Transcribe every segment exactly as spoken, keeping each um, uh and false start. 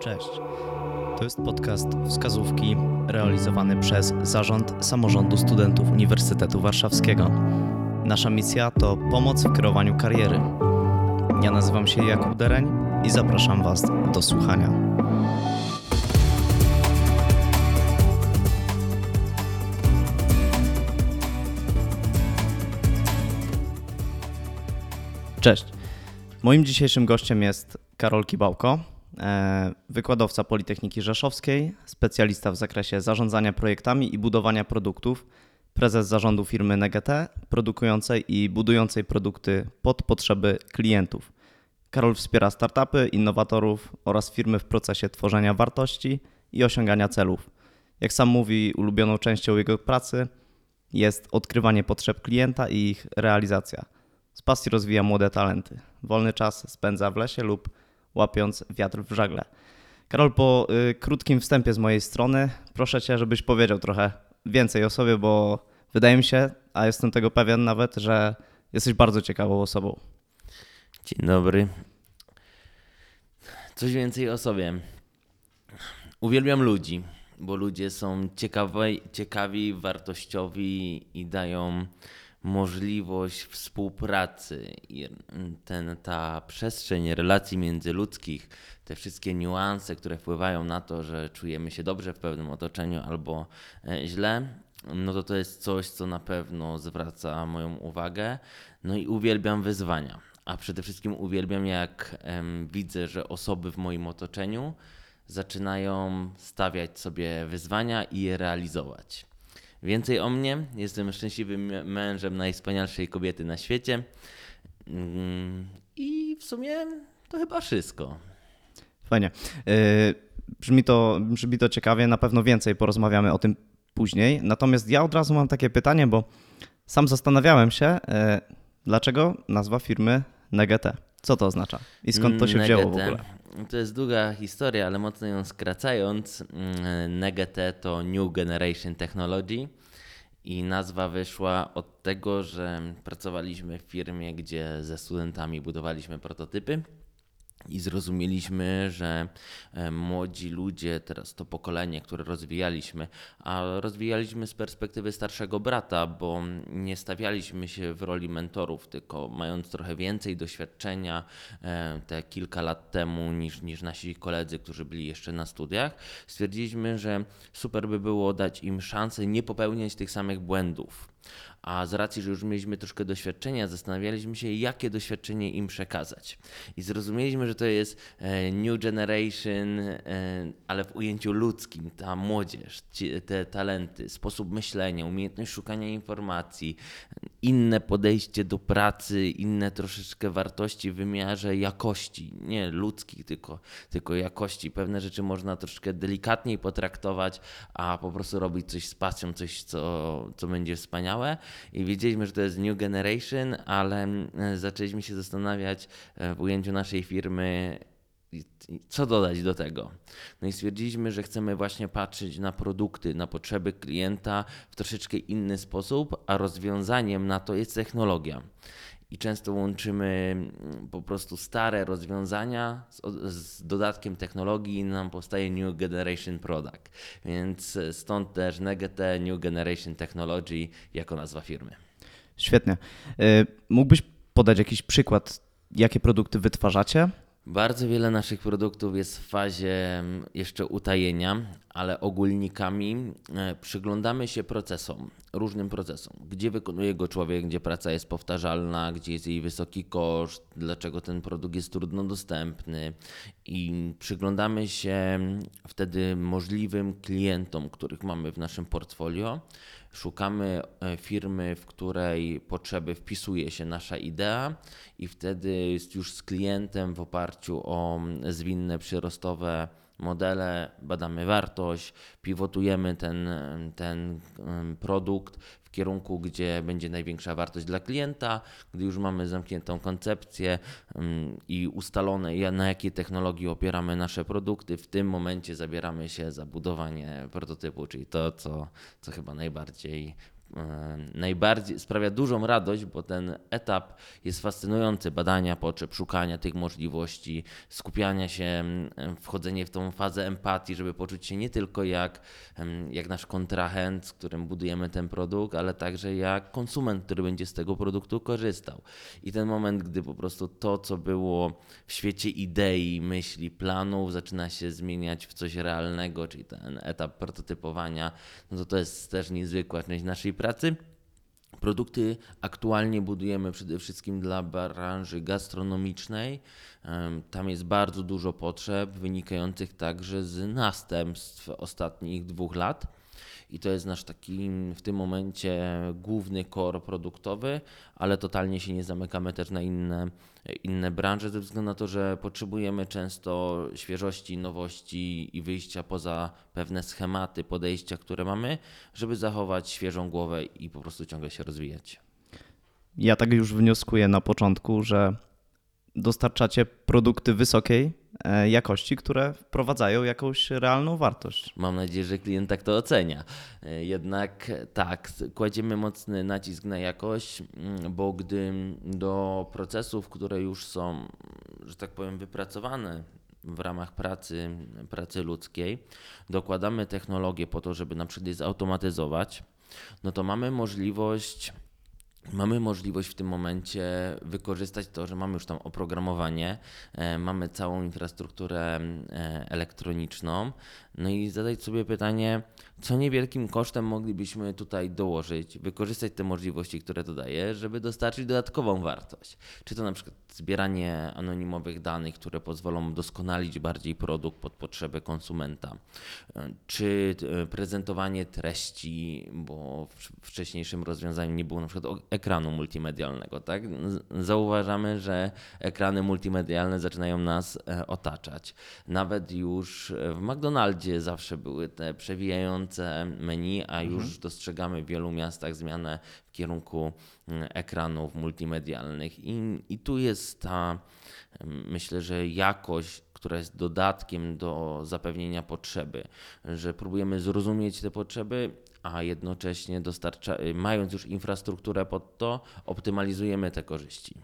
Cześć. To jest podcast Wskazówki realizowany przez Zarząd Samorządu Studentów Uniwersytetu Warszawskiego. Nasza misja to pomoc w kreowaniu kariery. Ja nazywam się Jakub Dereń i zapraszam Was do słuchania. Cześć. Moim dzisiejszym gościem jest Karol Kibałko, wykładowca Politechniki Rzeszowskiej, specjalista w zakresie zarządzania projektami i budowania produktów, prezes zarządu firmy Negete, produkującej i budującej produkty pod potrzeby klientów. Karol wspiera startupy, innowatorów oraz firmy w procesie tworzenia wartości i osiągania celów. Jak sam mówi, ulubioną częścią jego pracy jest odkrywanie potrzeb klienta i ich realizacja. Z pasji rozwija młode talenty. Wolny czas spędza w lesie lub łapiąc wiatr w żagle. Karol, po y, krótkim wstępie z mojej strony proszę Cię, żebyś powiedział trochę więcej o sobie, bo wydaje mi się, a jestem tego pewien nawet, że jesteś bardzo ciekawą osobą. Dzień dobry. Coś więcej o sobie. Uwielbiam ludzi, bo ludzie są ciekawi, ciekawi, wartościowi i dają możliwość współpracy i ten, ta przestrzeń relacji międzyludzkich, te wszystkie niuanse, które wpływają na to, że czujemy się dobrze w pewnym otoczeniu albo źle, no to to jest coś, co na pewno zwraca moją uwagę. No i uwielbiam wyzwania, a przede wszystkim uwielbiam, jak em, widzę, że osoby w moim otoczeniu zaczynają stawiać sobie wyzwania i je realizować. Więcej o mnie. Jestem szczęśliwym mężem najwspanialszej kobiety na świecie. I w sumie to chyba wszystko. Fajnie. Yy, brzmi to, brzmi to ciekawie. Na pewno więcej porozmawiamy o tym później. Natomiast ja od razu mam takie pytanie, bo sam zastanawiałem się, yy, dlaczego nazwa firmy Negete. Co to oznacza i skąd to się Negete. wzięło w ogóle? To jest długa historia, ale mocno ją skracając, Negete to New Generation Technology i nazwa wyszła od tego, że pracowaliśmy w firmie, gdzie ze studentami budowaliśmy prototypy i zrozumieliśmy, że młodzi ludzie, teraz to pokolenie, które rozwijaliśmy, a rozwijaliśmy z perspektywy starszego brata, bo nie stawialiśmy się w roli mentorów, tylko mając trochę więcej doświadczenia te kilka lat temu niż, niż nasi koledzy, którzy byli jeszcze na studiach, stwierdziliśmy, że super by było dać im szansę nie popełniać tych samych błędów. A z racji, że już mieliśmy troszkę doświadczenia, zastanawialiśmy się, jakie doświadczenie im przekazać. I zrozumieliśmy, że to jest New Generation, ale w ujęciu ludzkim, ta młodzież, te talenty, sposób myślenia, umiejętność szukania informacji, inne podejście do pracy, inne troszeczkę wartości w wymiarze jakości, nie ludzkich, tylko, tylko jakości. Pewne rzeczy można troszkę delikatniej potraktować, a po prostu robić coś z pasją, coś, co, co będzie wspaniałe. I wiedzieliśmy, że to jest New Generation, ale zaczęliśmy się zastanawiać w ujęciu naszej firmy, co dodać do tego. No i stwierdziliśmy, że chcemy właśnie patrzeć na produkty, na potrzeby klienta w troszeczkę inny sposób, a rozwiązaniem na to jest technologia. I często łączymy po prostu stare rozwiązania z, z dodatkiem technologii i nam powstaje New Generation Product. Więc stąd też Negete New Generation Technology jako nazwa firmy. Świetnie. Mógłbyś podać jakiś przykład, jakie produkty wytwarzacie? Bardzo wiele naszych produktów jest w fazie jeszcze utajenia, ale ogólnikami przyglądamy się procesom, różnym procesom. Gdzie wykonuje go człowiek, gdzie praca jest powtarzalna, gdzie jest jej wysoki koszt, dlaczego ten produkt jest trudno dostępny i przyglądamy się wtedy możliwym klientom, których mamy w naszym portfolio. Szukamy firmy, w której potrzeby wpisuje się nasza idea i wtedy jest już z klientem w oparciu o zwinne przyrostowe modele, badamy wartość, pivotujemy ten, ten produkt w kierunku, gdzie będzie największa wartość dla klienta. Gdy już mamy zamkniętą koncepcję i ustalone, na jakiej technologii opieramy nasze produkty, w tym momencie zabieramy się za budowanie prototypu, czyli to, co, co chyba najbardziej najbardziej sprawia dużą radość, bo ten etap jest fascynujący. Badania potrzeb, szukania tych możliwości, skupiania się, wchodzenie w tą fazę empatii, żeby poczuć się nie tylko jak, jak nasz kontrahent, z którym budujemy ten produkt, ale także jak konsument, który będzie z tego produktu korzystał. I ten moment, gdy po prostu to, co było w świecie idei, myśli, planów, zaczyna się zmieniać w coś realnego, czyli ten etap prototypowania, no to to jest też niezwykła część naszej pracy. Produkty aktualnie budujemy przede wszystkim dla branży gastronomicznej. Tam jest bardzo dużo potrzeb wynikających także z następstw ostatnich dwóch lat. I to jest nasz taki w tym momencie główny core produktowy, ale totalnie się nie zamykamy też na inne, inne branże ze względu na to, że potrzebujemy często świeżości, nowości i wyjścia poza pewne schematy, podejścia, które mamy, żeby zachować świeżą głowę i po prostu ciągle się rozwijać. Ja tak już wnioskuję na początku, że dostarczacie produkty wysokiej jakości, które wprowadzają jakąś realną wartość. Mam nadzieję, że klient tak to ocenia. Jednak tak, kładziemy mocny nacisk na jakość, bo gdy do procesów, które już są, że tak powiem, wypracowane w ramach pracy, pracy ludzkiej, dokładamy technologię po to, żeby na przykład je zautomatyzować, no to mamy możliwość Mamy możliwość w tym momencie wykorzystać to, że mamy już tam oprogramowanie, e, mamy całą infrastrukturę e, elektroniczną, no i zadać sobie pytanie, co niewielkim kosztem moglibyśmy tutaj dołożyć, wykorzystać te możliwości, które to daje, żeby dostarczyć dodatkową wartość. Czy to na przykład zbieranie anonimowych danych, które pozwolą doskonalić bardziej produkt pod potrzeby konsumenta, czy prezentowanie treści, bo w wcześniejszym rozwiązaniu nie było na przykład ekranu multimedialnego, tak? Zauważamy, że ekrany multimedialne zaczynają nas otaczać. Nawet już w McDonaldzie zawsze były te przewijające menu, a już mhm. dostrzegamy w wielu miastach zmianę w kierunku ekranów multimedialnych. I, i tu jest ta, myślę, że jakość, która jest dodatkiem do zapewnienia potrzeby, że próbujemy zrozumieć te potrzeby, a jednocześnie dostarcza, mając już infrastrukturę pod to, optymalizujemy te korzyści.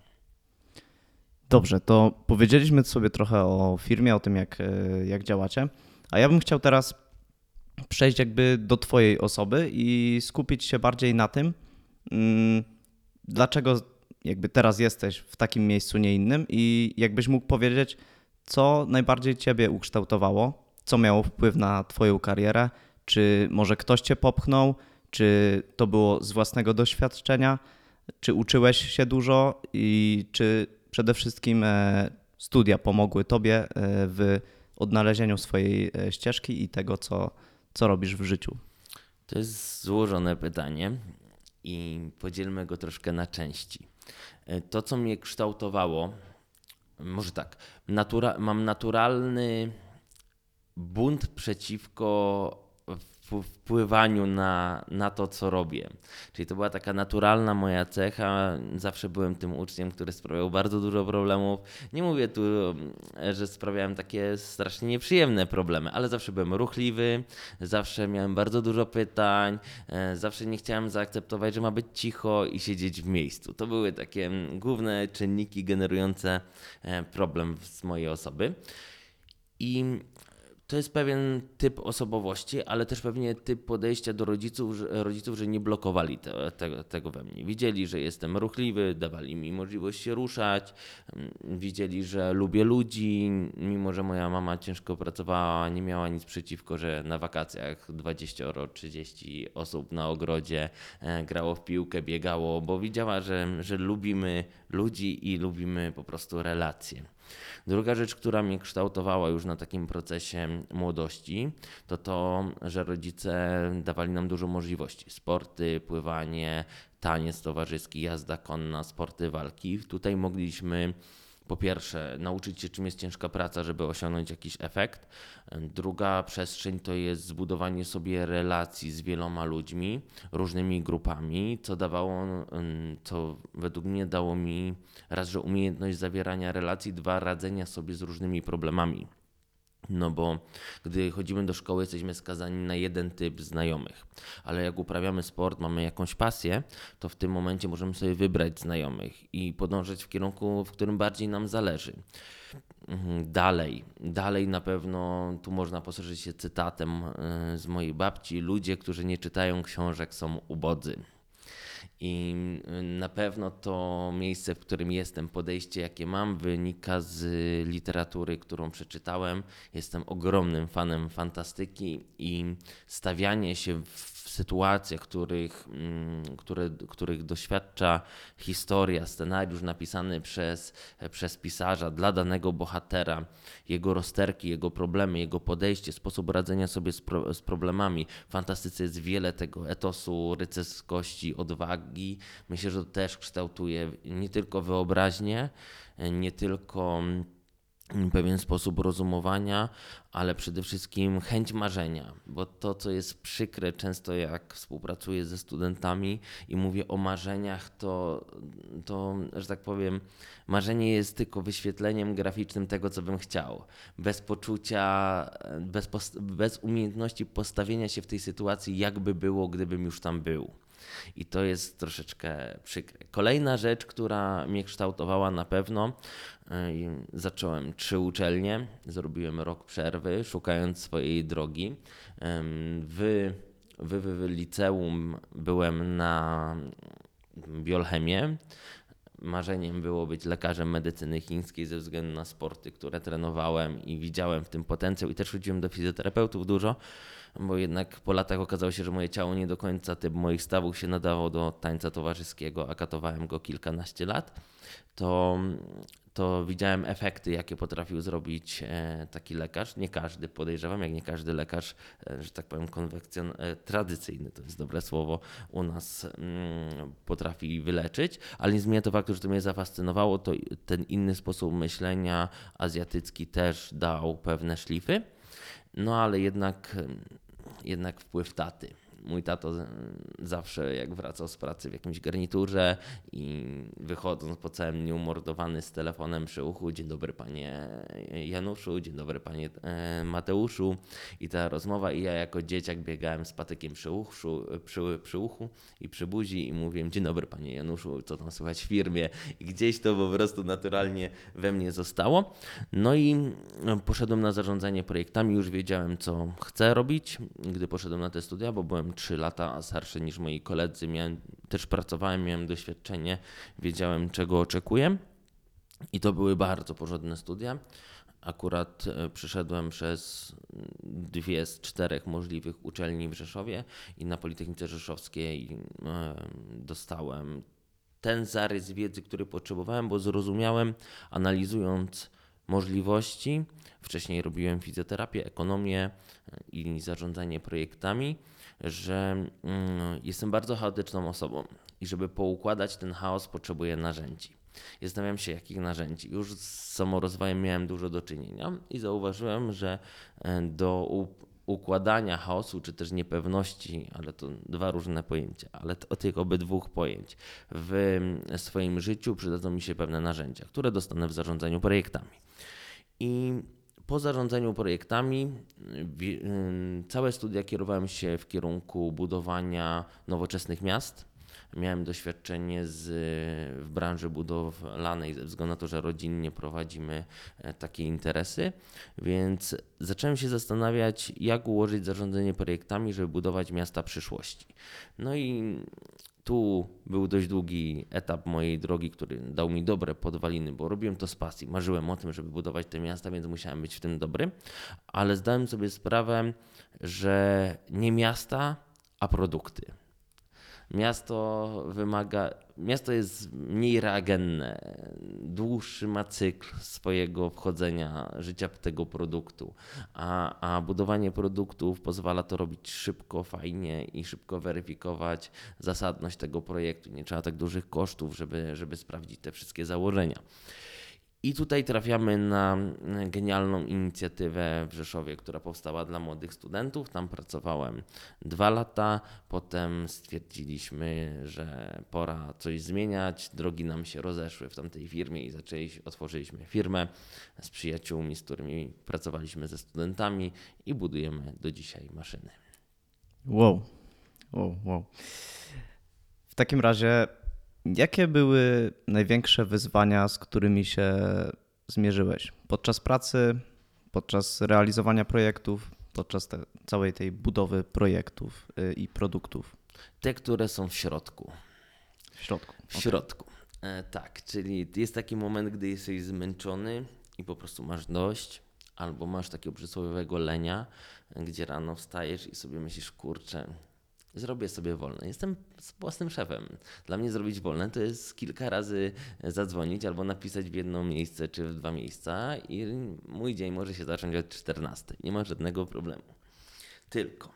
Dobrze, to powiedzieliśmy sobie trochę o firmie, o tym jak, jak działacie, a ja bym chciał teraz przejść jakby do twojej osoby i skupić się bardziej na tym, dlaczego jakby teraz jesteś w takim miejscu, nie innym i jakbyś mógł powiedzieć, co najbardziej ciebie ukształtowało, co miało wpływ na twoją karierę, czy może ktoś cię popchnął, czy to było z własnego doświadczenia, czy uczyłeś się dużo i czy przede wszystkim studia pomogły tobie w odnalezieniu swojej ścieżki i tego, co, co robisz w życiu? To jest złożone pytanie i podzielmy go troszkę na części. To, co mnie kształtowało, może tak, natura- mam naturalny bunt przeciwko wpływaniu na, na to, co robię. Czyli to była taka naturalna moja cecha. Zawsze byłem tym uczniem, który sprawiał bardzo dużo problemów. Nie mówię tu, że sprawiałem takie strasznie nieprzyjemne problemy, ale zawsze byłem ruchliwy, zawsze miałem bardzo dużo pytań, zawsze nie chciałem zaakceptować, że ma być cicho i siedzieć w miejscu. To były takie główne czynniki generujące problem z mojej osoby. I to jest pewien typ osobowości, ale też pewnie typ podejścia do rodziców, że, rodziców, że nie blokowali te, te, tego we mnie. Widzieli, że jestem ruchliwy, dawali mi możliwość się ruszać, widzieli, że lubię ludzi, mimo że moja mama ciężko pracowała, nie miała nic przeciwko, że na wakacjach dwadzieścia trzydzieści osób na ogrodzie grało w piłkę, biegało, bo widziała, że, że lubimy ludzi i lubimy po prostu relacje. Druga rzecz, która mnie kształtowała już na takim procesie młodości, to to, że rodzice dawali nam dużo możliwości. Sporty, pływanie, taniec towarzyski, jazda konna, sporty walki. Tutaj mogliśmy po pierwsze nauczyć się, czym jest ciężka praca, żeby osiągnąć jakiś efekt. Druga przestrzeń to jest zbudowanie sobie relacji z wieloma ludźmi, różnymi grupami, co dawało, co według mnie dało mi raz, że umiejętność zawierania relacji, dwa, radzenia sobie z różnymi problemami. No bo gdy chodzimy do szkoły, jesteśmy skazani na jeden typ znajomych. Ale jak uprawiamy sport, mamy jakąś pasję, to w tym momencie możemy sobie wybrać znajomych i podążać w kierunku, w którym bardziej nam zależy. Mhm. Dalej, dalej na pewno tu można posłużyć się cytatem y, z mojej babci. Ludzie, którzy nie czytają książek, są ubodzy. I na pewno to miejsce, w którym jestem, podejście, jakie mam, wynika z literatury, którą przeczytałem. Jestem ogromnym fanem fantastyki i stawianie się w sytuacjach, których, które, których doświadcza historia, scenariusz napisany przez, przez pisarza dla danego bohatera, jego rozterki, jego problemy, jego podejście, sposób radzenia sobie z, pro, z problemami. W fantastyce jest wiele tego etosu, rycerskości, odwagi. Myślę, że to też kształtuje nie tylko wyobraźnię, nie tylko pewien sposób rozumowania, ale przede wszystkim chęć marzenia, bo to, co jest przykre często jak współpracuję ze studentami i mówię o marzeniach, to, to że tak powiem, marzenie jest tylko wyświetleniem graficznym tego, co bym chciał. Bez poczucia, bez, post- bez umiejętności postawienia się w tej sytuacji, jakby było, gdybym już tam był. I to jest troszeczkę przykre. Kolejna rzecz, która mnie kształtowała na pewno, zacząłem trzy uczelnie, zrobiłem rok przerwy, szukając swojej drogi. W, w, w liceum byłem na biochemię. Marzeniem było być lekarzem medycyny chińskiej ze względu na sporty, które trenowałem i widziałem w tym potencjał i też chodziłem do fizjoterapeutów dużo, bo jednak po latach okazało się, że moje ciało nie do końca typ moich stawów się nadawało do tańca towarzyskiego, a katowałem go kilkanaście lat, to, to widziałem efekty, jakie potrafił zrobić taki lekarz. Nie każdy, podejrzewam, jak nie każdy lekarz, że tak powiem, konwekcjon... tradycyjny, to jest dobre słowo, u nas mm, potrafi wyleczyć, ale nie zmienia to faktu, że to mnie zafascynowało, to ten inny sposób myślenia azjatycki też dał pewne szlify. No ale jednak, jednak wpływ taty. Mój tato zawsze jak wracał z pracy w jakimś garniturze i wychodząc po całym dniu mordowany z telefonem przy uchu, dzień dobry panie Januszu, dzień dobry panie Mateuszu, i ta rozmowa, i ja jako dzieciak biegałem z patykiem przy uchu, przy, przy uchu i przy buzi i mówiłem dzień dobry panie Januszu, co tam słychać w firmie, i gdzieś to po prostu naturalnie we mnie zostało. No i poszedłem na zarządzanie projektami, już wiedziałem co chcę robić, gdy poszedłem na te studia, bo byłem trzy lata starszy niż moi koledzy, miałem, też pracowałem, miałem doświadczenie, wiedziałem czego oczekuję i to były bardzo porządne studia. Akurat przyszedłem przez dwie z czterech możliwych uczelni w Rzeszowie i na Politechnice Rzeszowskiej dostałem ten zarys wiedzy, który potrzebowałem, bo zrozumiałem, analizując możliwości, wcześniej robiłem fizjoterapię, ekonomię i zarządzanie projektami, że jestem bardzo chaotyczną osobą i żeby poukładać ten chaos, potrzebuję narzędzi. Zastanawiam się, jakich narzędzi. Już z samorozwojem miałem dużo do czynienia i zauważyłem, że do układania chaosu, czy też niepewności, ale to dwa różne pojęcia, ale od tych obydwu pojęć w swoim życiu przydadzą mi się pewne narzędzia, które dostanę w zarządzaniu projektami. I po zarządzaniu projektami całe studia kierowałem się w kierunku budowania nowoczesnych miast. Miałem doświadczenie z, w branży budowlanej ze względu na to, że rodzinnie prowadzimy takie interesy, więc zacząłem się zastanawiać, jak ułożyć zarządzanie projektami, żeby budować miasta przyszłości. No i tu był dość długi etap mojej drogi, który dał mi dobre podwaliny, bo robiłem to z pasji. Marzyłem o tym, żeby budować te miasta, więc musiałem być w tym dobry, ale zdałem sobie sprawę, że nie miasta, a produkty. Miasto wymaga, miasto jest mniej reagenne, dłuższy ma cykl swojego wchodzenia życia tego produktu, a, a budowanie produktów pozwala to robić szybko, fajnie i szybko weryfikować zasadność tego projektu. Nie trzeba tak dużych kosztów, żeby, żeby sprawdzić te wszystkie założenia. I tutaj trafiamy na genialną inicjatywę w Rzeszowie, która powstała dla młodych studentów. Tam pracowałem dwa lata, potem stwierdziliśmy, że pora coś zmieniać. Drogi nam się rozeszły w tamtej firmie i zaczęliśmy, otworzyliśmy firmę z przyjaciółmi, z którymi pracowaliśmy ze studentami i budujemy do dzisiaj maszyny. Wow, wow, wow. W takim razie, jakie były największe wyzwania, z którymi się zmierzyłeś podczas pracy, podczas realizowania projektów, podczas te, całej tej budowy projektów y, i produktów? Te, które są w środku. W środku. W środku. E, tak, czyli jest taki moment, gdy jesteś zmęczony i po prostu masz dość, albo masz takiego przysłowiowego lenia, gdzie rano wstajesz i sobie myślisz, kurczę, zrobię sobie wolne. Jestem własnym szefem. Dla mnie zrobić wolne to jest kilka razy zadzwonić albo napisać w jedno miejsce czy w dwa miejsca i mój dzień może się zacząć od czternastej. Nie ma żadnego problemu. Tylko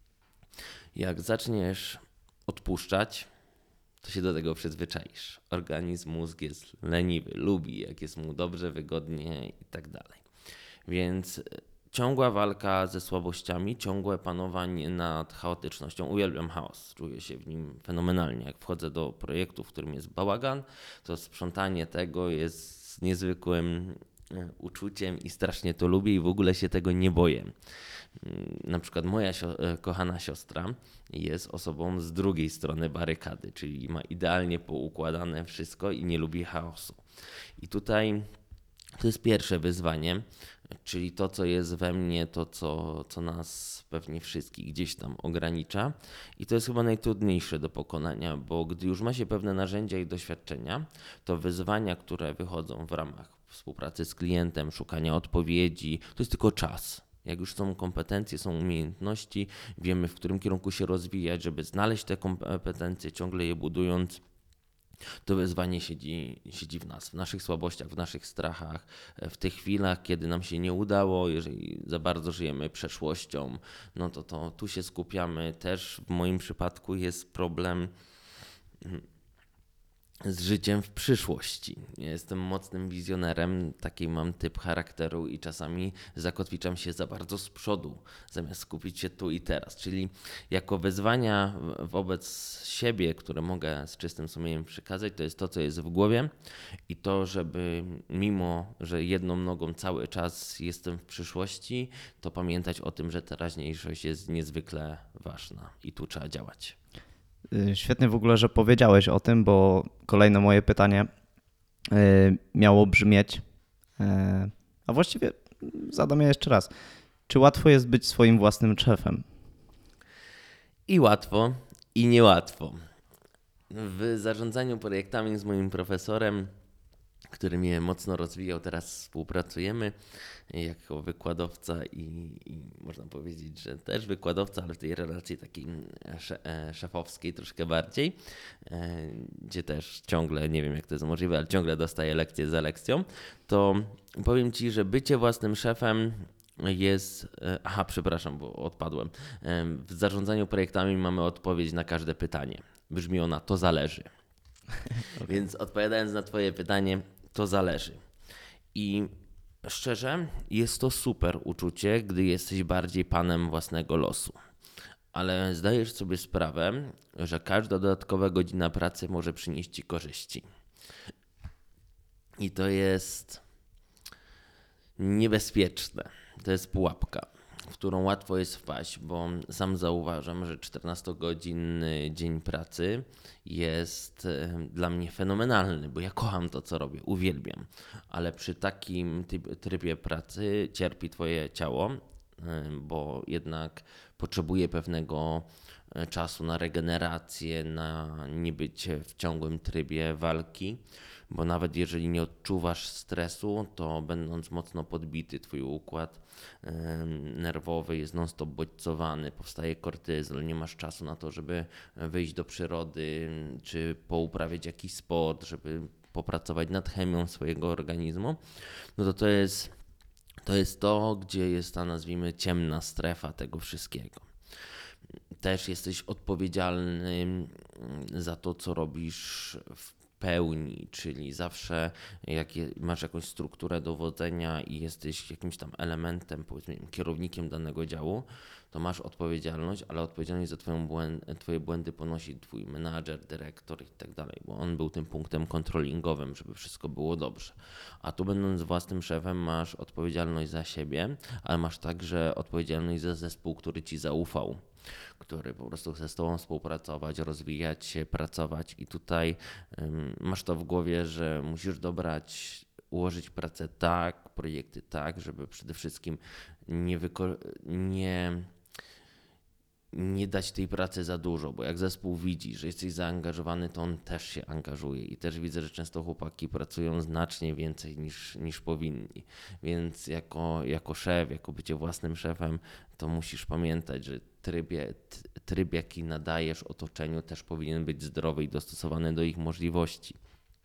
jak zaczniesz odpuszczać, to się do tego przyzwyczaisz. Organizm, mózg jest leniwy, lubi, jak jest mu dobrze, wygodnie i tak dalej. Więc ciągła walka ze słabościami, ciągłe panowanie nad chaotycznością. Uwielbiam chaos, czuję się w nim fenomenalnie. Jak wchodzę do projektu, w którym jest bałagan, to sprzątanie tego jest niezwykłym uczuciem i strasznie to lubię i w ogóle się tego nie boję. Na przykład moja sio- kochana siostra jest osobą z drugiej strony barykady, czyli ma idealnie poukładane wszystko i nie lubi chaosu. I tutaj to jest pierwsze wyzwanie, czyli to, co jest we mnie, to, co, co nas pewnie wszystkich gdzieś tam ogranicza. I to jest chyba najtrudniejsze do pokonania, bo gdy już ma się pewne narzędzia i doświadczenia, to wyzwania, które wychodzą w ramach współpracy z klientem, szukania odpowiedzi, to jest tylko czas. Jak już są kompetencje, są umiejętności, wiemy, w którym kierunku się rozwijać, żeby znaleźć te kompetencje, ciągle je budując, to wyzwanie siedzi, siedzi w nas, w naszych słabościach, w naszych strachach, w tych chwilach, kiedy nam się nie udało, jeżeli za bardzo żyjemy przeszłością, no to, to tu się skupiamy. Też w moim przypadku jest problem z życiem w przyszłości. Ja jestem mocnym wizjonerem, taki mam typ charakteru i czasami zakotwiczam się za bardzo z przodu, zamiast skupić się tu i teraz. Czyli jako wyzwania wobec siebie, które mogę z czystym sumieniem przekazać, to jest to, co jest w głowie i to, żeby mimo, że jedną nogą cały czas jestem w przyszłości, to pamiętać o tym, że teraźniejszość jest niezwykle ważna i tu trzeba działać. Świetnie w ogóle, że powiedziałeś o tym, bo kolejne moje pytanie miało brzmieć, a właściwie zadam je jeszcze raz. Czy łatwo jest być swoim własnym szefem? I łatwo, i niełatwo. W zarządzaniu projektami z moim profesorem, który mnie mocno rozwijał, teraz współpracujemy jako wykładowca i, i można powiedzieć, że też wykładowca, ale w tej relacji takiej szefowskiej troszkę bardziej, gdzie też ciągle, nie wiem jak to jest możliwe, ale ciągle dostaję lekcję za lekcją, to powiem Ci, że bycie własnym szefem jest... Aha, przepraszam, bo odpadłem. W zarządzaniu projektami mamy odpowiedź na każde pytanie. Brzmi ona, to zależy. Okay. Więc odpowiadając na Twoje pytanie, to zależy. I szczerze, jest to super uczucie, gdy jesteś bardziej panem własnego losu. Ale zdajesz sobie sprawę, że każda dodatkowa godzina pracy może przynieść Ci korzyści. I to jest niebezpieczne. To jest pułapka, w którą łatwo jest wpaść, bo sam zauważam, że czternastogodzinny dzień pracy jest dla mnie fenomenalny, bo ja kocham to, co robię, uwielbiam, ale przy takim trybie pracy cierpi Twoje ciało, bo jednak potrzebuje pewnego czasu na regenerację, na niebycie w ciągłym trybie walki, bo nawet jeżeli nie odczuwasz stresu, to będąc mocno podbity, twój układ nerwowy jest non-stop bodźcowany, powstaje kortyzol, nie masz czasu na to, żeby wyjść do przyrody, czy pouprawiać jakiś sport, żeby popracować nad chemią swojego organizmu, no to to jest to, jest to gdzie jest ta, nazwijmy, ciemna strefa tego wszystkiego. Też jesteś odpowiedzialny za to, co robisz w pełni, czyli zawsze jak je, masz jakąś strukturę dowodzenia i jesteś jakimś tam elementem, powiedzmy kierownikiem danego działu, to masz odpowiedzialność, ale odpowiedzialność za twoją błęd, twoje błędy ponosi twój menadżer, dyrektor i tak dalej, bo on był tym punktem kontrolingowym, żeby wszystko było dobrze. A tu będąc własnym szefem masz odpowiedzialność za siebie, ale masz także odpowiedzialność za zespół, który ci zaufał, który po prostu chce z tobą współpracować, rozwijać się, pracować i tutaj um, masz to w głowie, że musisz dobrać, ułożyć pracę tak, projekty tak, żeby przede wszystkim nie, wyko- nie, nie dać tej pracy za dużo, bo jak zespół widzi, że jesteś zaangażowany, to on też się angażuje i też widzę, że często chłopaki pracują znacznie więcej niż, niż powinni, więc jako, jako szef, jako bycie własnym szefem, to musisz pamiętać, że trybie, tryb, jaki nadajesz otoczeniu, też powinien być zdrowy i dostosowany do ich możliwości.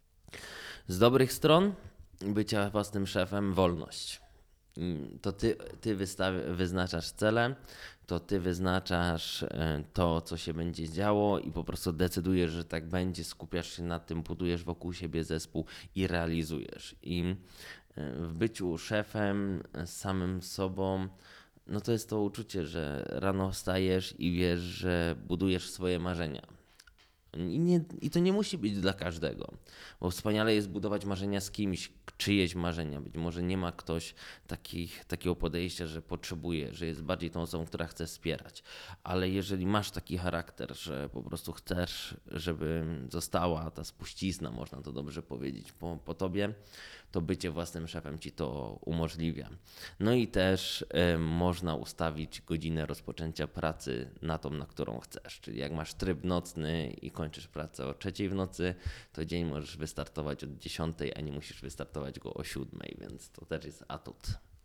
Z dobrych stron bycia własnym szefem wolność. To ty, ty wystawi- wyznaczasz cele, to ty wyznaczasz to, co się będzie działo i po prostu decydujesz, że tak będzie, skupiasz się na tym, budujesz wokół siebie zespół i realizujesz. I w byciu szefem, samym sobą, no to jest to uczucie, że rano wstajesz i wiesz, że budujesz swoje marzenia. I, nie, I to nie musi być dla każdego, bo wspaniale jest budować marzenia z kimś, czyjeś marzenia. Być może nie ma ktoś takich, takiego podejścia, że potrzebuje, że jest bardziej tą osobą, która chce wspierać. Ale jeżeli masz taki charakter, że po prostu chcesz, żeby została ta spuścizna, można to dobrze powiedzieć, po, po tobie, to bycie własnym szefem ci to umożliwia. No i też y, można ustawić godzinę rozpoczęcia pracy na tą, na którą chcesz. Czyli jak masz tryb nocny i kończysz pracę o trzeciej w nocy, to dzień możesz wystartować od dziesiątej, a nie musisz wystartować go o siódmej, więc to też jest atut.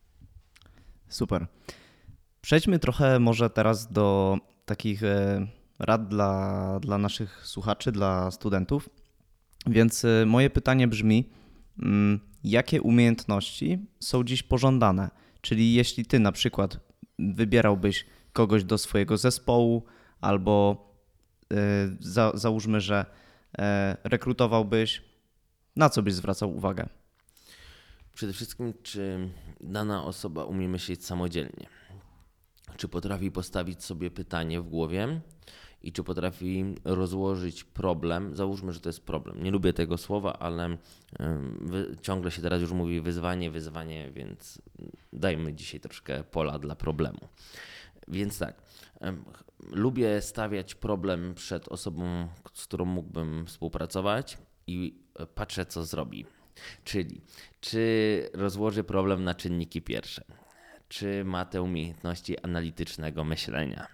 Super. Przejdźmy trochę może teraz do takich e, rad dla, dla naszych słuchaczy, dla studentów. Więc e, moje pytanie brzmi, mm, jakie umiejętności są dziś pożądane? Czyli jeśli ty na przykład wybierałbyś kogoś do swojego zespołu albo e, za, załóżmy, że e, rekrutowałbyś, na co byś zwracał uwagę? Przede wszystkim, czy dana osoba umie myśleć samodzielnie? Czy potrafi postawić sobie pytanie w głowie i czy potrafi rozłożyć problem? Załóżmy, że to jest problem. Nie lubię tego słowa, ale wy, ciągle się teraz już mówi wyzwanie, wyzwanie, więc dajmy dzisiaj troszkę pola dla problemu. Więc tak, lubię stawiać problem przed osobą, z którą mógłbym współpracować i patrzę, co zrobi. Czyli czy rozłoży problem na czynniki pierwsze, czy ma te umiejętności analitycznego myślenia,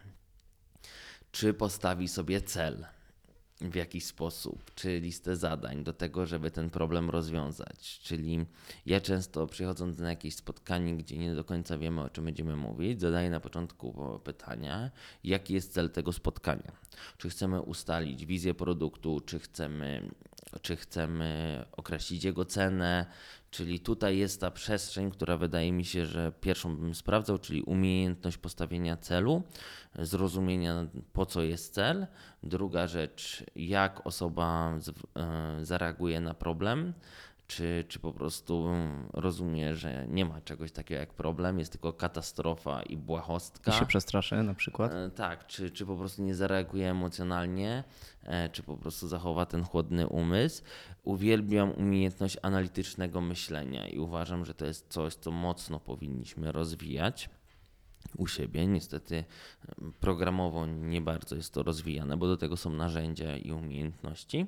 czy postawi sobie cel w jakiś sposób, czy listę zadań do tego, żeby ten problem rozwiązać. Czyli ja często przychodząc na jakieś spotkanie, gdzie nie do końca wiemy, o czym będziemy mówić, zadaję na początku pytania, jaki jest cel tego spotkania. Czy chcemy ustalić wizję produktu, czy chcemy, czy chcemy określić jego cenę, czyli tutaj jest ta przestrzeń, która wydaje mi się, że pierwszą bym sprawdzał, czyli umiejętność postawienia celu, zrozumienia po co jest cel. Druga rzecz, jak osoba z, e, zareaguje na problem, czy, czy po prostu rozumie, że nie ma czegoś takiego jak problem, jest tylko katastrofa i błahostka. I się przestraszy na przykład? E, tak, czy, czy po prostu nie zareaguje emocjonalnie, e, czy po prostu zachowa ten chłodny umysł. Uwielbiam umiejętność analitycznego myślenia i uważam, że to jest coś, co mocno powinniśmy rozwijać u siebie. Niestety programowo nie bardzo jest to rozwijane, bo do tego są narzędzia i umiejętności.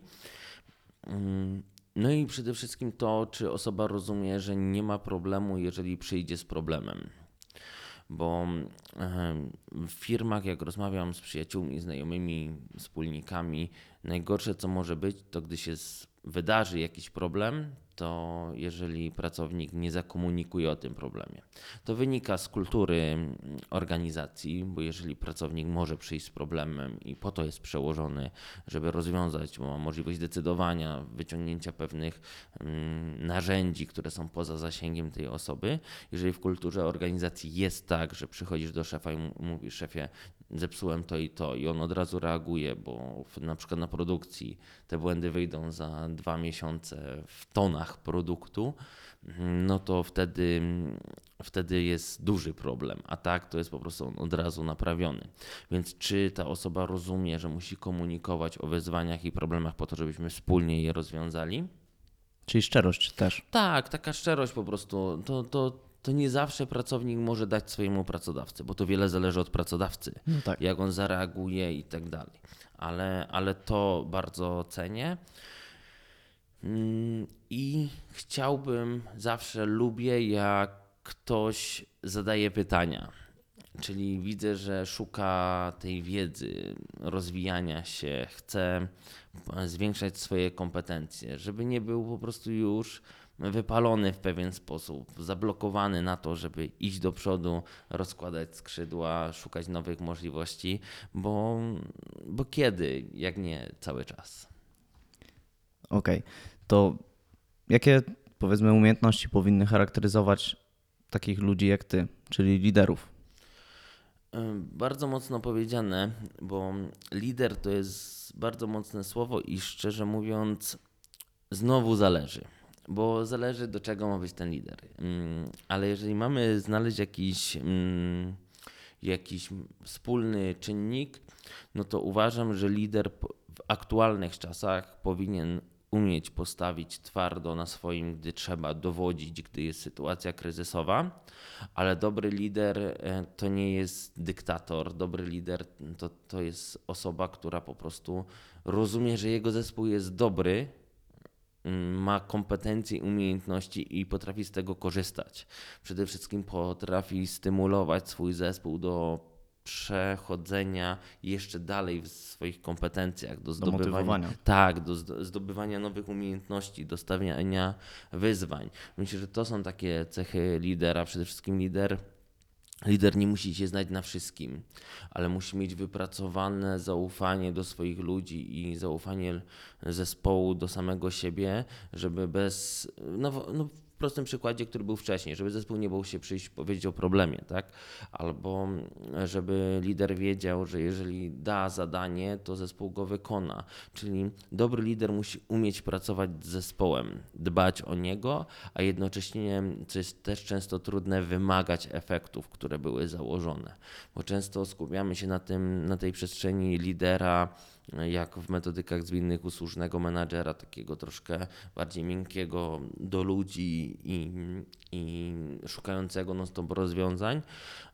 No i przede wszystkim to, czy osoba rozumie, że nie ma problemu, jeżeli przyjdzie z problemem. Bo w firmach, jak rozmawiam z przyjaciółmi, znajomymi, wspólnikami, najgorsze co może być, to gdy się wydarzy jakiś problem, to jeżeli pracownik nie zakomunikuje o tym problemie. To wynika z kultury organizacji, bo jeżeli pracownik może przyjść z problemem i po to jest przełożony, żeby rozwiązać, bo ma możliwość decydowania, wyciągnięcia pewnych mm, narzędzi, które są poza zasięgiem tej osoby. Jeżeli w kulturze organizacji jest tak, że przychodzisz do szefa i mówisz: szefie, zepsułem to i to, i on od razu reaguje, bo w, na przykład na produkcji te błędy wyjdą za dwa miesiące w tonach produktu, no to wtedy, wtedy jest duży problem, a tak to jest po prostu on od razu naprawiony. Więc czy ta osoba rozumie, że musi komunikować o wyzwaniach i problemach po to, żebyśmy wspólnie je rozwiązali? Czyli szczerość też. Tak, taka szczerość po prostu, to, to, to nie zawsze pracownik może dać swojemu pracodawcy, bo to wiele zależy od pracodawcy, No tak. jak on zareaguje i tak dalej. Ale, ale to bardzo cenię. I chciałbym, zawsze lubię, jak ktoś zadaje pytania. Czyli widzę, że szuka tej wiedzy, rozwijania się, chce zwiększać swoje kompetencje, żeby nie był po prostu już wypalony w pewien sposób, zablokowany na to, żeby iść do przodu, rozkładać skrzydła, szukać nowych możliwości, bo, bo kiedy, jak nie cały czas. Okej, okay. To jakie, powiedzmy, umiejętności powinny charakteryzować takich ludzi jak ty, czyli liderów? Bardzo mocno powiedziane, bo lider to jest bardzo mocne słowo i szczerze mówiąc znowu zależy, bo zależy, do czego ma być ten lider. Ale jeżeli mamy znaleźć jakiś, jakiś wspólny czynnik, no to uważam, że lider w aktualnych czasach powinien umieć postawić twardo na swoim, gdy trzeba dowodzić, gdy jest sytuacja kryzysowa, ale dobry lider to nie jest dyktator. Dobry lider to, to jest osoba, która po prostu rozumie, że jego zespół jest dobry, ma kompetencje i umiejętności i potrafi z tego korzystać. Przede wszystkim potrafi stymulować swój zespół do przechodzenia jeszcze dalej w swoich kompetencjach, do zdobywania, do motywowania. Tak, do zdobywania nowych umiejętności, do stawiania wyzwań. Myślę, że to są takie cechy lidera. Przede wszystkim lider Lider nie musi się znać na wszystkim, ale musi mieć wypracowane zaufanie do swoich ludzi i zaufanie zespołu do samego siebie, żeby bez, no, no w prostym przykładzie, który był wcześniej, żeby zespół nie bał się przyjść powiedzieć o problemie, tak? Albo żeby lider wiedział, że jeżeli da zadanie, to zespół go wykona. Czyli dobry lider musi umieć pracować z zespołem, dbać o niego, a jednocześnie, co jest też często trudne, wymagać efektów, które były założone. Bo często skupiamy się na tym, na tej przestrzeni lidera, jak w metodykach zwinnych usłużnego menadżera, takiego troszkę bardziej miękkiego do ludzi i, i szukającego non-stop rozwiązań,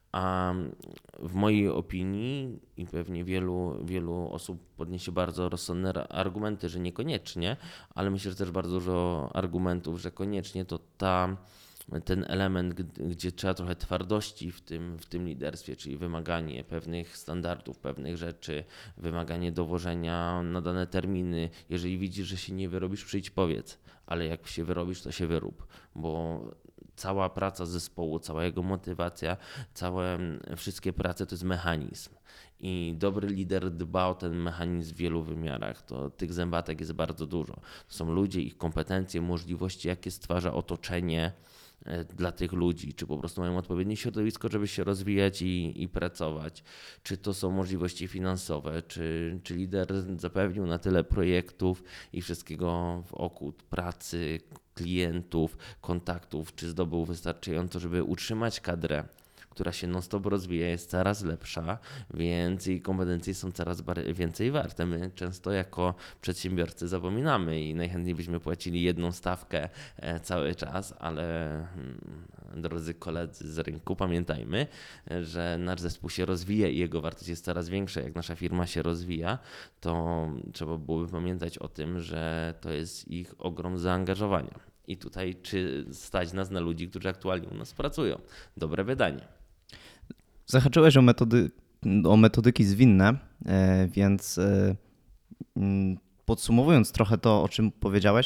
a w mojej opinii i pewnie wielu, wielu osób podniesie bardzo rozsądne argumenty, że niekoniecznie, ale myślę, że też bardzo dużo argumentów, że koniecznie, to ta ten element, gdzie trzeba trochę twardości w tym, w tym liderstwie, czyli wymaganie pewnych standardów, pewnych rzeczy, wymaganie dowożenia na dane terminy. Jeżeli widzisz, że się nie wyrobisz, przyjdź, powiedz, ale jak się wyrobisz, to się wyrób, bo cała praca zespołu, cała jego motywacja, całe wszystkie prace to jest mechanizm. I dobry lider dba o ten mechanizm w wielu wymiarach. To tych zębatek jest bardzo dużo. To są ludzie, ich kompetencje, możliwości, jakie stwarza otoczenie dla tych ludzi, czy po prostu mają odpowiednie środowisko, żeby się rozwijać i, i pracować, czy to są możliwości finansowe, czy, czy lider zapewnił na tyle projektów i wszystkiego wokół pracy, klientów, kontaktów, czy zdobył wystarczająco, żeby utrzymać kadrę, która się non-stop rozwija, jest coraz lepsza, więc jej kompetencje są coraz więcej warte. My często jako przedsiębiorcy zapominamy i najchętniej byśmy płacili jedną stawkę cały czas, ale drodzy koledzy z rynku, pamiętajmy, że nasz zespół się rozwija i jego wartość jest coraz większa. Jak nasza firma się rozwija, to trzeba byłoby pamiętać o tym, że to jest ich ogrom zaangażowania. I tutaj czy stać nas na ludzi, którzy aktualnie u nas pracują? Dobre wydanie. Zahaczyłeś o, metody, o metodyki zwinne, więc podsumowując trochę to, o czym powiedziałeś,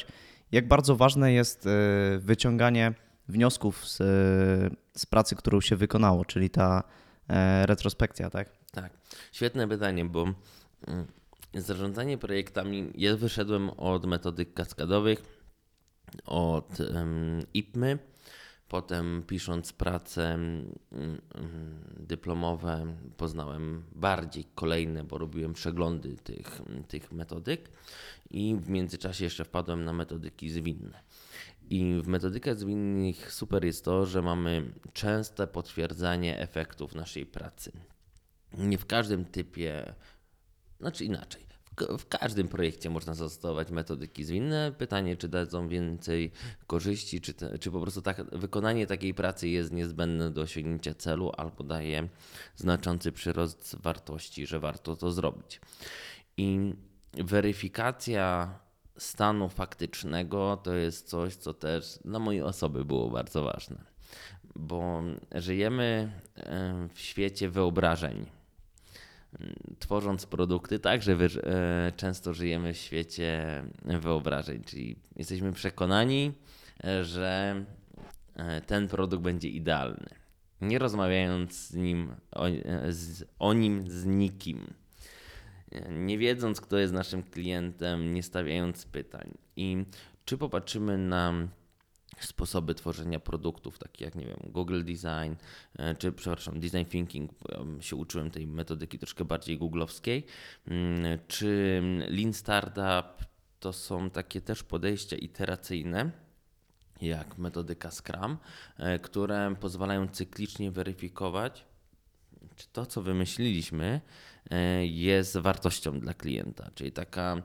Jak bardzo ważne jest y, wyciąganie wniosków z, y, z pracy, którą się wykonało, czyli ta e, retrospekcja, tak? Tak, świetne pytanie, bo mm, zarządzanie projektami, ja wyszedłem od metodyk kaskadowych, od um, I P M y, potem pisząc prace um, dyplomowe poznałem bardziej kolejne, bo robiłem przeglądy tych, tych metodyk i w międzyczasie jeszcze wpadłem na metodyki zwinne. I w metodykach zwinnych super jest to, że mamy częste potwierdzanie efektów naszej pracy. Nie w każdym typie, znaczy inaczej, w, w każdym projekcie można zastosować metodyki zwinne. Pytanie, czy dadzą więcej korzyści, czy, te, czy po prostu tak, wykonanie takiej pracy jest niezbędne do osiągnięcia celu albo daje znaczący przyrost wartości, że warto to zrobić. I weryfikacja stanu faktycznego to jest coś, co też dla mojej osoby było bardzo ważne, bo żyjemy w świecie wyobrażeń. Tworząc produkty, także często żyjemy w świecie wyobrażeń, czyli jesteśmy przekonani, że ten produkt będzie idealny, nie rozmawiając z nim, o, z, o nim z nikim, nie wiedząc, kto jest naszym klientem, nie stawiając pytań. I czy popatrzymy na sposoby tworzenia produktów, takie jak, nie wiem, Google Design, czy, przepraszam, Design Thinking, bo ja się uczyłem tej metodyki troszkę bardziej googlowskiej, czy Lean Startup, to są takie też podejścia iteracyjne, jak metodyka Scrum, które pozwalają cyklicznie weryfikować, czy to, co wymyśliliśmy, jest wartością dla klienta, czyli taka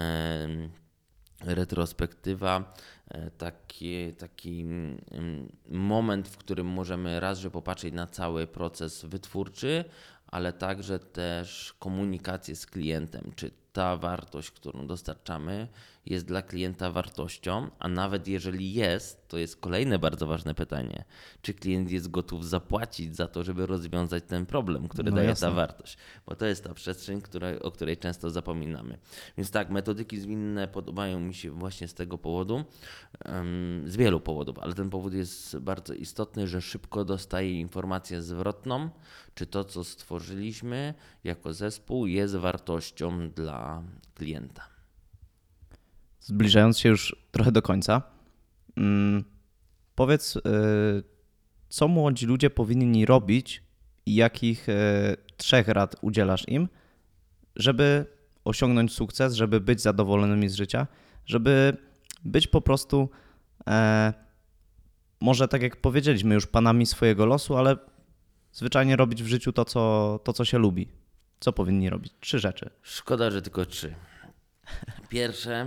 retrospektywa, taki, taki moment, w którym możemy raz, że popatrzeć na cały proces wytwórczy, ale także też komunikację z klientem, czy ta wartość, którą dostarczamy, jest dla klienta wartością, a nawet jeżeli jest, to jest kolejne bardzo ważne pytanie, czy klient jest gotów zapłacić za to, żeby rozwiązać ten problem, który No daje jasne. ta wartość, bo to jest ta przestrzeń, która, o której często zapominamy. Więc tak, metodyki zwinne podobają mi się właśnie z tego powodu, um, z wielu powodów, ale ten powód jest bardzo istotny, że szybko dostaję informację zwrotną, czy to, co stworzyliśmy jako zespół, jest wartością dla klienta. Zbliżając się już trochę do końca, hmm, powiedz, yy, co młodzi ludzie powinni robić i jakich yy, trzech rad udzielasz im, żeby osiągnąć sukces, żeby być zadowolonymi z życia, żeby być po prostu, e, może tak jak powiedzieliśmy, już panami swojego losu, ale zwyczajnie robić w życiu to, co, to, co się lubi. Co powinni robić? Trzy rzeczy. Szkoda, że tylko trzy. Pierwsze,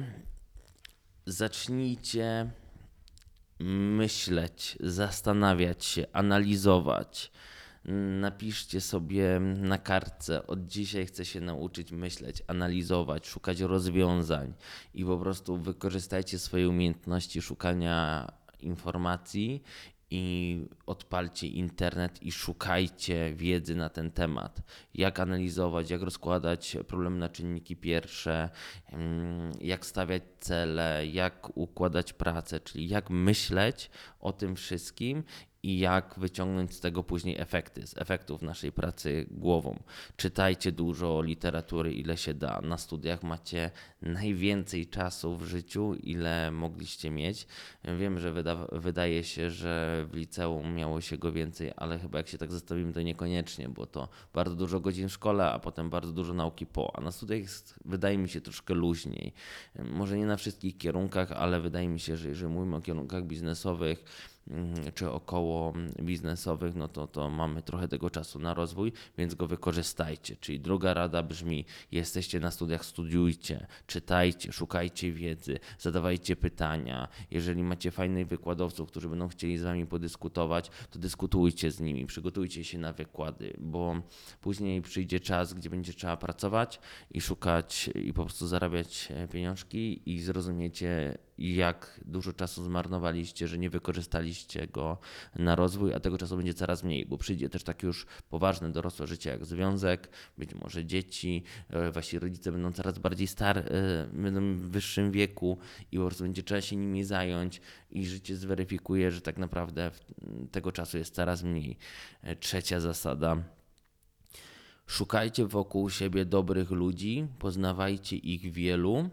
zacznijcie myśleć, zastanawiać się, analizować. Napiszcie sobie na kartce, od dzisiaj chcę się nauczyć myśleć, analizować, szukać rozwiązań i po prostu wykorzystajcie swoje umiejętności szukania informacji i odpalcie internet i szukajcie wiedzy na ten temat. Jak analizować, jak rozkładać problem na czynniki pierwsze, jak stawiać cele, jak układać pracę, czyli jak myśleć o tym wszystkim i jak wyciągnąć z tego później efekty, z efektów naszej pracy głową. Czytajcie dużo literatury, ile się da. Na studiach macie najwięcej czasu w życiu, ile mogliście mieć. Wiem, że wyda- wydaje się, że w liceum miało się go więcej, ale chyba jak się tak zastawimy, to niekoniecznie, bo to bardzo dużo godzin w szkole, a potem bardzo dużo nauki po. A na studiach jest, wydaje mi się, troszkę luźniej. Może nie na wszystkich kierunkach, ale wydaje mi się, że jeżeli mówimy o kierunkach biznesowych, czy około biznesowych, no to, to mamy trochę tego czasu na rozwój, więc go wykorzystajcie. Czyli druga rada brzmi, jesteście na studiach, studiujcie, czytajcie, szukajcie wiedzy, zadawajcie pytania. Jeżeli macie fajnych wykładowców, którzy będą chcieli z wami podyskutować, to dyskutujcie z nimi, przygotujcie się na wykłady, bo później przyjdzie czas, gdzie będzie trzeba pracować i szukać i po prostu zarabiać pieniążki i zrozumiecie, jak dużo czasu zmarnowaliście, że nie wykorzystaliście go na rozwój, a tego czasu będzie coraz mniej, bo przyjdzie też takie już poważne dorosłe życie jak związek, być może dzieci, wasi rodzice będą coraz bardziej star, będą w wyższym wieku i po prostu będzie trzeba się nimi zająć i życie zweryfikuje, że tak naprawdę tego czasu jest coraz mniej. Trzecia zasada. Szukajcie wokół siebie dobrych ludzi, poznawajcie ich wielu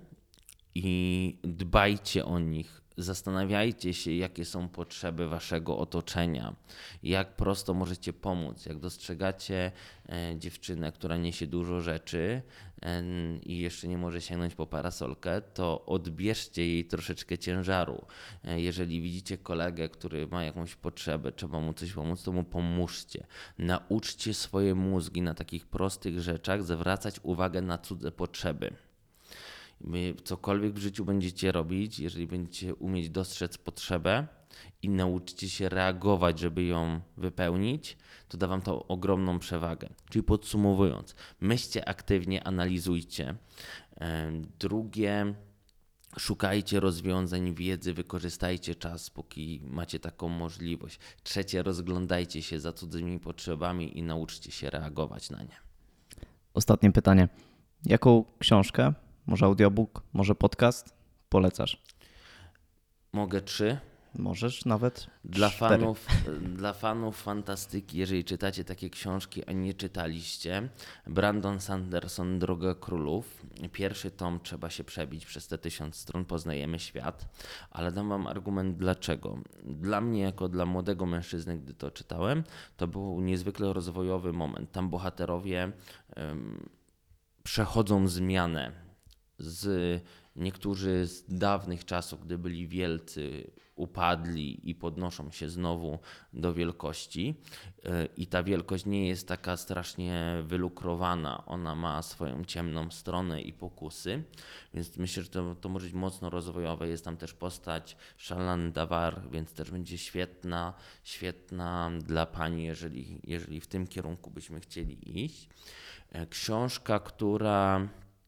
i dbajcie o nich. Zastanawiajcie się, jakie są potrzeby waszego otoczenia, jak prosto możecie pomóc, jak dostrzegacie e, dziewczynę, która niesie dużo rzeczy e, i jeszcze nie może sięgnąć po parasolkę, to odbierzcie jej troszeczkę ciężaru. E, jeżeli widzicie kolegę, który ma jakąś potrzebę, trzeba mu coś pomóc, to mu pomóżcie. Nauczcie swoje mózgi na takich prostych rzeczach zwracać uwagę na cudze potrzeby. Cokolwiek w życiu będziecie robić, jeżeli będziecie umieć dostrzec potrzebę i nauczycie się reagować, żeby ją wypełnić, to da wam to ogromną przewagę. Czyli podsumowując, myślcie aktywnie, analizujcie. Drugie, szukajcie rozwiązań, wiedzy, wykorzystajcie czas, póki macie taką możliwość. Trzecie, rozglądajcie się za cudzymi potrzebami i nauczcie się reagować na nie. Ostatnie pytanie. Jaką książkę, może audiobook, może podcast polecasz? Mogę trzy. Możesz nawet Dla cztery. fanów, dla fanów fantastyki, jeżeli czytacie takie książki, a nie czytaliście, Brandon Sanderson, Droga Królów. Pierwszy tom, trzeba się przebić przez te tysiąc stron, poznajemy świat, ale dam wam argument dlaczego. Dla mnie, jako dla młodego mężczyzny, gdy to czytałem, to był niezwykle rozwojowy moment. Tam bohaterowie um, przechodzą zmianę z niektórzy z dawnych czasów, gdy byli wielcy, upadli i podnoszą się znowu do wielkości. I ta wielkość nie jest taka strasznie wylukrowana. Ona ma swoją ciemną stronę i pokusy, więc myślę, że to, to może być mocno rozwojowe. Jest tam też postać Shalan Davar, więc też będzie świetna, świetna dla pani, jeżeli, jeżeli w tym kierunku byśmy chcieli iść. Książka, która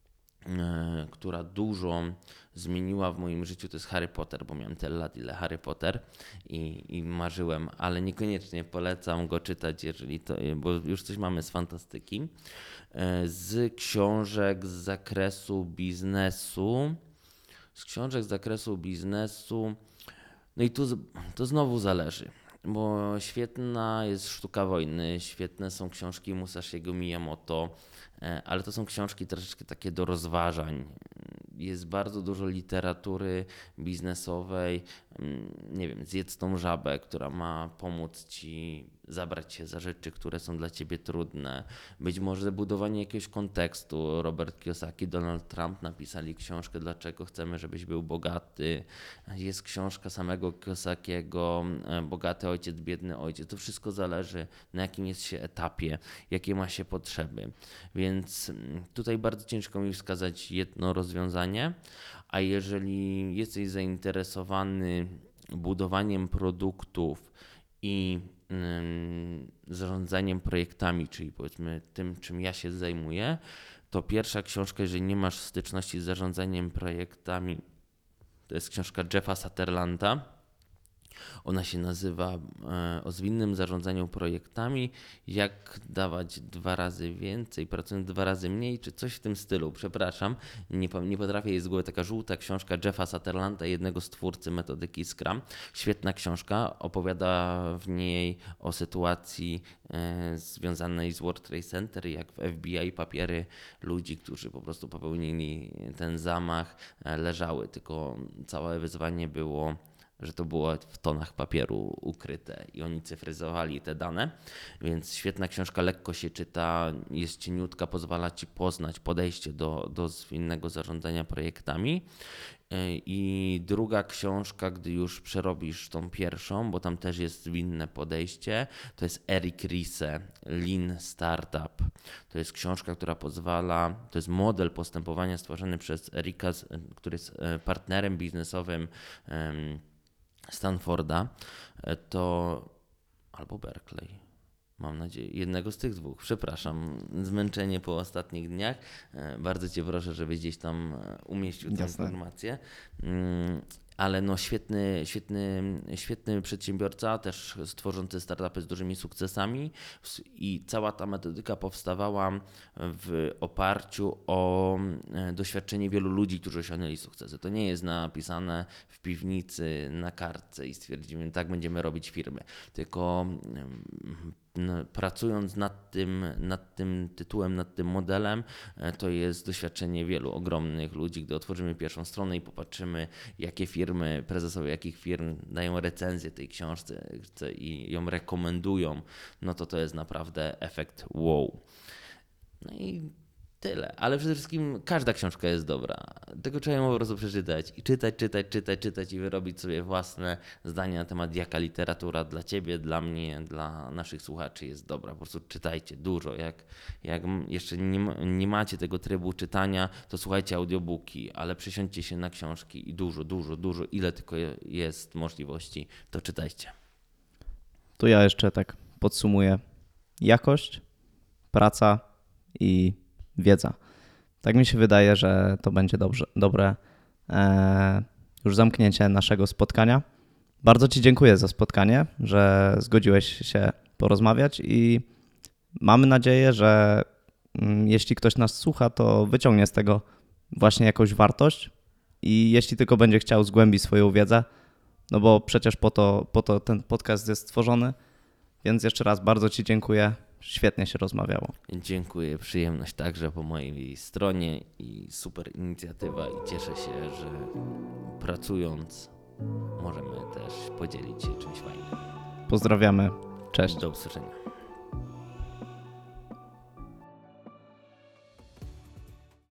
która dużo zmieniła w moim życiu, to jest Harry Potter, bo miałem tyle lat, ile Harry Potter i, i marzyłem, ale niekoniecznie polecam go czytać, jeżeli to, bo już coś mamy z fantastyki. Z książek z zakresu biznesu, z książek z zakresu biznesu, no i tu to znowu zależy. Bo świetna jest Sztuka Wojny, świetne są książki Musashiego Miyamoto, ale to są książki troszeczkę takie do rozważań. Jest bardzo dużo literatury biznesowej, nie wiem, Zjedz tą żabę, która ma pomóc ci zabrać się za rzeczy, które są dla ciebie trudne. Być może budowanie jakiegoś kontekstu. Robert Kiyosaki, Donald Trump napisali książkę Dlaczego chcemy, żebyś był bogaty. Jest książka samego Kiyosakiego Bogaty ojciec, biedny ojciec. To wszystko zależy, na jakim jest się etapie, jakie ma się potrzeby. Więc tutaj bardzo ciężko mi wskazać jedno rozwiązanie, a jeżeli jesteś zainteresowany budowaniem produktów i zarządzaniem projektami, czyli powiedzmy tym, czym ja się zajmuję, to pierwsza książka, jeżeli nie masz styczności z zarządzaniem projektami, to jest książka Jeffa Sutherlanda. Ona się nazywa o zwinnym zarządzaniu projektami, jak dawać dwa razy więcej, pracując dwa razy mniej, czy coś w tym stylu. Przepraszam, nie, nie potrafię jej z głowy. Taka żółta książka Jeffa Sutherlanda, jednego z twórcy metodyki Scrum. Świetna książka, opowiada w niej o sytuacji e, związanej z World Trade Center, jak w F B I papiery ludzi, którzy po prostu popełnili ten zamach, e, leżały, tylko całe wyzwanie było, że to było w tonach papieru ukryte i oni cyfryzowali te dane, więc świetna książka, lekko się czyta, jest cieniutka, pozwala ci poznać podejście do, do zwinnego zarządzania projektami. I druga książka, gdy już przerobisz tą pierwszą, bo tam też jest zwinne podejście, to jest Eric Ries, Lean Startup. To jest książka, która pozwala, to jest model postępowania stworzony przez Erika, który jest partnerem biznesowym Stanforda, to albo Berkeley, mam nadzieję, jednego z tych dwóch, przepraszam, zmęczenie po ostatnich dniach, bardzo cię proszę, żebyś gdzieś tam umieścił tę informację. ale no świetny, świetny, świetny przedsiębiorca, też tworzący startupy z dużymi sukcesami i cała ta metodyka powstawała w oparciu o doświadczenie wielu ludzi, którzy osiągnęli sukcesy. To nie jest napisane w piwnicy na kartce i stwierdzimy, tak będziemy robić firmy, tylko no, pracując nad tym, nad tym tytułem, nad tym modelem, to jest doświadczenie wielu ogromnych ludzi. Gdy otworzymy pierwszą stronę i popatrzymy, jakie firmy, prezesowie jakich firm dają recenzję tej książce i ją rekomendują, no to to jest naprawdę efekt wow. No i tyle, ale przede wszystkim każda książka jest dobra. Tego trzeba ją po prostu przeczytać i czytać, czytać, czytać, czytać i wyrobić sobie własne zdania na temat, jaka literatura dla ciebie, dla mnie, dla naszych słuchaczy jest dobra. Po prostu czytajcie dużo. Jak, jak jeszcze nie, nie macie tego trybu czytania, to słuchajcie audiobooki, ale przesiądźcie się na książki i dużo, dużo, dużo, ile tylko jest możliwości, to czytajcie. Tu ja jeszcze tak podsumuję. Jakość, praca i wiedza. Tak mi się wydaje, że to będzie dobrze, dobre e, już zamknięcie naszego spotkania. Bardzo Ci dziękuję za spotkanie, że zgodziłeś się porozmawiać i mamy nadzieję, że mm, jeśli ktoś nas słucha, to wyciągnie z tego właśnie jakąś wartość i jeśli tylko będzie chciał zgłębić swoją wiedzę, no bo przecież po to, po to ten podcast jest stworzony, więc jeszcze raz bardzo Ci dziękuję. Świetnie się rozmawiało. Dziękuję, przyjemność także po mojej stronie i super inicjatywa i cieszę się, że pracując możemy też podzielić się czymś fajnym. Pozdrawiamy, cześć. Do usłyszenia.